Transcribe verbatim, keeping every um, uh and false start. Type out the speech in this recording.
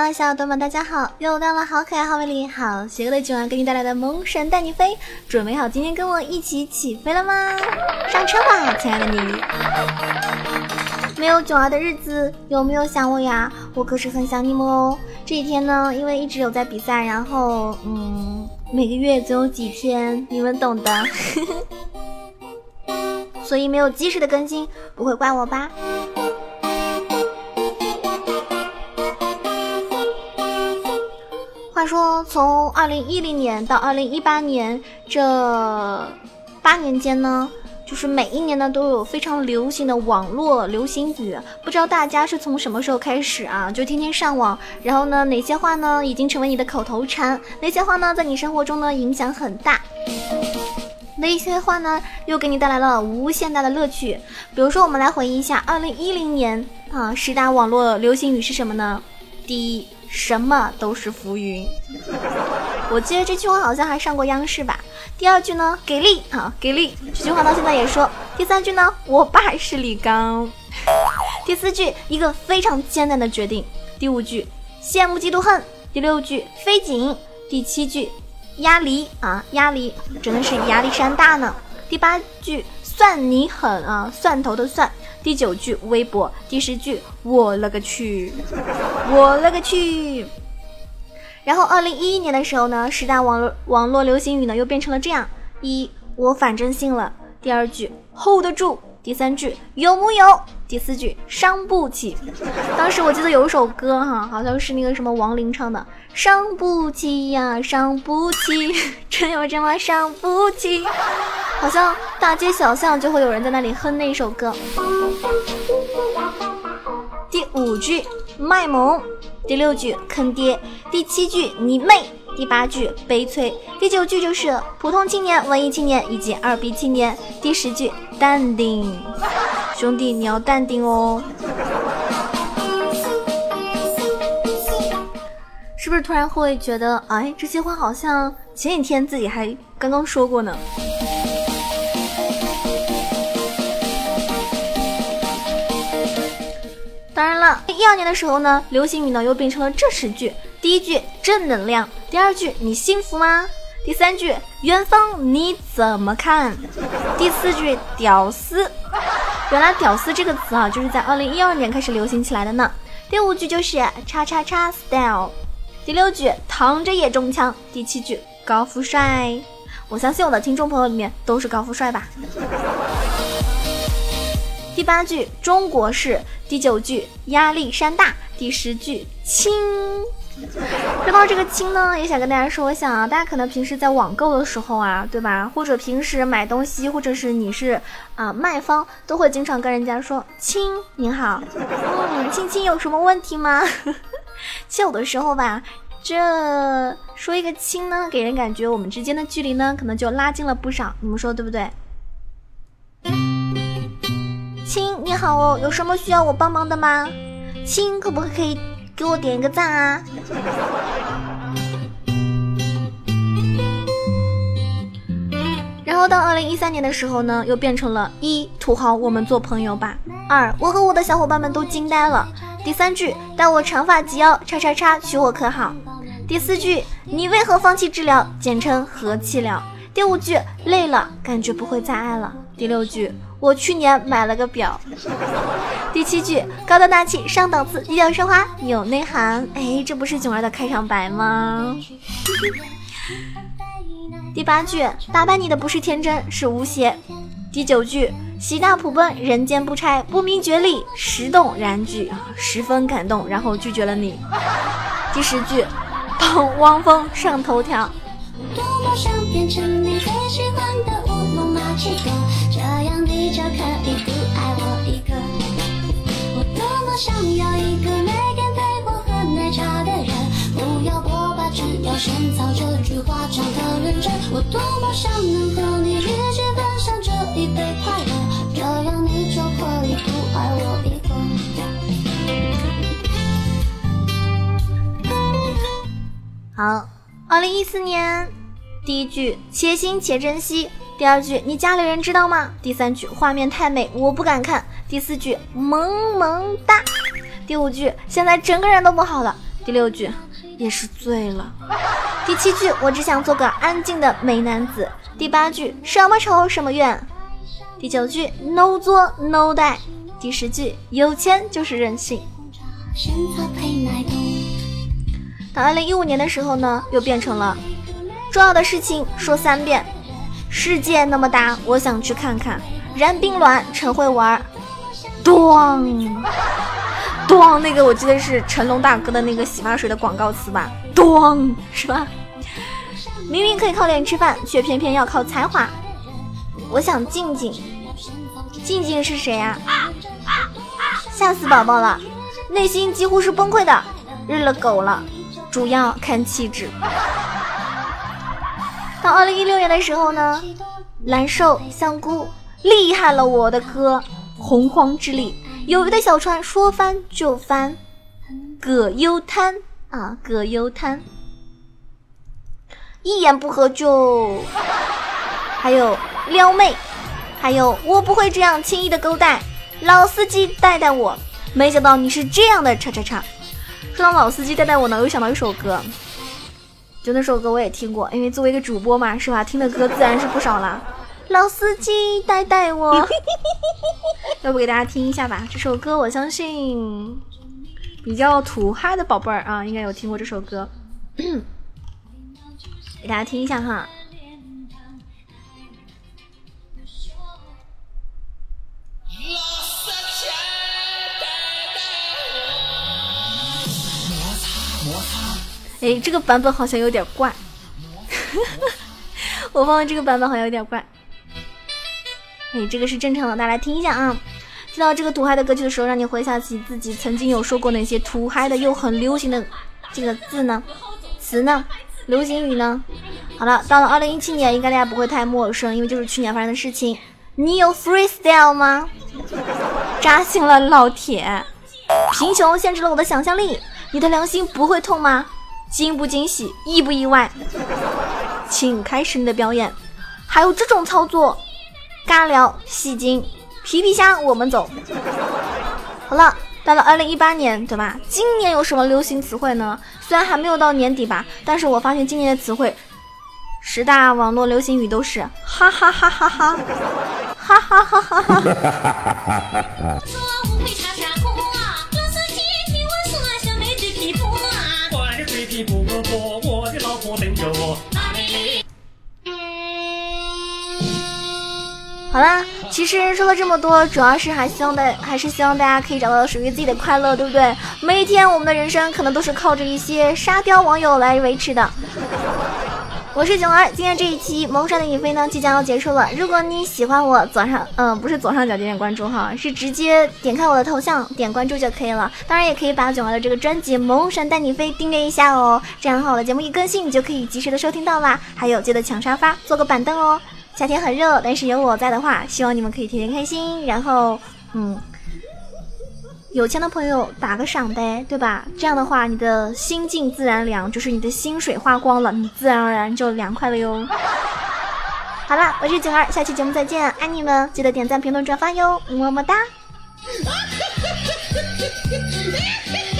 的小耳朵们大家好，又到了好可爱好美丽好邪恶的囧儿给你带来的萌神带你飞，准备好今天跟我一起起飞了吗？上车吧亲爱的你。没有囧儿的日子有没有想我呀？我可是很想你们哦。这几天呢因为一直有在比赛，然后嗯每个月总有几天你们懂的所以没有及时的更新，不会怪我吧？话说从二零一零年到二零一八年这八年间呢，就是每一年呢都有非常流行的网络流行语，不知道大家是从什么时候开始啊，就天天上网，然后呢哪些话呢已经成为你的口头禅，哪些话呢在你生活中呢影响很大，那一些话呢又给你带来了无限大的乐趣。比如说我们来回忆一下二零一零年啊，十大网络流行语是什么呢？第一，什么都是浮云，我记得这句话好像还上过央视吧。第二句呢，给力啊，给力，这句话到现在也说。第三句呢，我爸是李刚。第四句，一个非常艰难的决定。第五句，羡慕嫉妒恨。第六句，飞锦。第七句，压力啊，压力真的是压力山大呢。第八句，算你狠啊，蒜头的蒜。第九句，微博。第十句，我勒个去，我勒个去。然后二零一一年的时候呢，十大网络网络流行语呢又变成了这样：一，我反正信了；第二句，hold得住；第三句，有木有；第四句，伤不起。当时我记得有一首歌哈，好像是那个什么王琳唱的，伤不起呀，伤不起，真有这么伤不起？好像大街小巷就会有人在那里哼那首歌。第五句，卖萌；第六句，坑爹；第七句，你妹；第八句，悲催；第九句就是普通青年、文艺青年以及二逼青年；第十句，淡定。兄弟你要淡定哦。是不是突然会觉得哎，这些话好像前几天自己还刚刚说过呢？当然了，一二年的时候呢，流行语呢又变成了这十句。第一句，正能量；第二句，你幸福吗？第三句，元芳你怎么看？第四句，屌丝。原来屌丝这个词啊，就是在二零一二年开始流行起来的呢。第五句就是叉叉叉 style。第六句，躺着也中枪。第七句，高富帅。我相信我的听众朋友里面都是高富帅吧。第八句，中国式。第九句，压力山大。第十句，亲。说到这个亲呢，也想跟大家说一下啊，大家可能平时在网购的时候啊，对吧，或者平时买东西，或者是你是啊、呃、卖方，都会经常跟人家说亲您好，嗯，亲亲有什么问题吗？其实有的时候吧，这说一个亲呢，给人感觉我们之间的距离呢可能就拉近了不少，你们说对不对？亲你好哦，有什么需要我帮忙的吗？亲可不可以给我点一个赞啊？然后到二零一三年的时候呢，又变成了一，土豪我们做朋友吧；二，我和我的小伙伴们都惊呆了；第三句，待我长发及腰，叉叉叉娶我可好；第四句，你为何放弃治疗，简称和气疗；第五句，累了感觉不会再爱了；第六句，我去年买了个表；第七句，高端大气上档次，低调奢华有内涵。哎，这不是囧儿的开场白吗？第八句，打败你的不是天真是无邪；第九句，喜大普奔人间不拆，不明觉厉十动燃具，十分感动然后拒绝了你；第十句，捧汪峰上头条。多么想变成你最喜欢的乌龙马奇朵，这样你就可以独爱我一个。我多么想要一个每天陪我喝奶茶的人，不要波霸，只要仙草，这句话讲得认真。我多么想能和你一起分享这一杯快乐，这样你就可以独爱我一个。好，二零一四年，第一句且行且珍惜，第二句你家里人知道吗？第三句画面太美我不敢看，第四句萌萌哒，第五句现在整个人都不好了， 第六句也是醉了。第七句我只想做个安静的美男子。第八句什么仇什么怨。第九句 no 作 no die。第十句有钱就是任性。到二零一五年的时候呢，又变成了重要的事情说三遍，世界那么大我想去看看，燃冰卵陈会玩，咣咣，那个我记得是成龙大哥的那个洗发水的广告词吧，咣，是吧？明明可以靠脸吃饭，却偏偏要靠才华。我想静静，静静是谁呀、啊？吓死宝宝了，内心几乎是崩溃的，日了狗了，主要看气质。到二零一六年的时候呢，蓝瘦香菇厉害了我的歌，洪荒之力，有鱼的小船说翻就翻，葛优瘫啊，葛优瘫，一言不合就，还有撩妹，还有我不会这样轻易的勾带，老司机带带我，没想到你是这样的叉叉叉。说到老司机带带我呢，我又想到一首歌，就那首歌我也听过，因为作为一个主播嘛，是吧，听的歌自然是不少啦。老司机带带我要不给大家听一下吧，这首歌我相信比较土嗨的宝贝儿啊，应该有听过这首歌给大家听一下哈。哎，这个版本好像有点怪我放的这个版本好像有点怪。哎，这个是正常的，大家来听一下啊。听到这个土嗨的歌曲的时候，让你回想起自己曾经有说过哪些土嗨的又很流行的这个字呢、词呢、流行语呢？好了，到了二零一七年，应该大家不会太陌生，因为就是去年发生的事情。你有 freestyle 吗？扎心了，老铁！贫穷限制了我的想象力，你的良心不会痛吗？惊不惊喜，意不意外？请开始你的表演。还有这种操作，尬聊戏精皮皮虾我们走。好了，到了二零一八年，对吧？今年有什么流行词汇呢？虽然还没有到年底吧，但是我发现今年的词汇十大网络流行语都是哈哈哈哈哈哈哈哈哈哈哈好啦，其实说了这么多，主要是还希望的，还是希望大家可以找到属于自己的快乐，对不对？每一天我们的人生可能都是靠着一些沙雕网友来维持的。我是囧儿，今天这一期萌帅的影飞呢即将要结束了。如果你喜欢我，左上嗯、呃、不是左上角点点关注哈，是直接点开我的头像点关注就可以了。当然也可以把囧儿的这个专辑《萌神带你飞》订阅一下哦，这样的话我的节目一更新你就可以及时的收听到啦。还有记得抢沙发做个板凳哦。夏天很热，但是有我在的话，希望你们可以天天开心。然后嗯。有钱的朋友打个赏呗，对吧？这样的话你的心境自然凉，就是你的薪水花光了，你自然而然就凉快了哟。好了，我是囧儿，下期节目再见，爱你们，记得点赞评论转发哟，么么哒。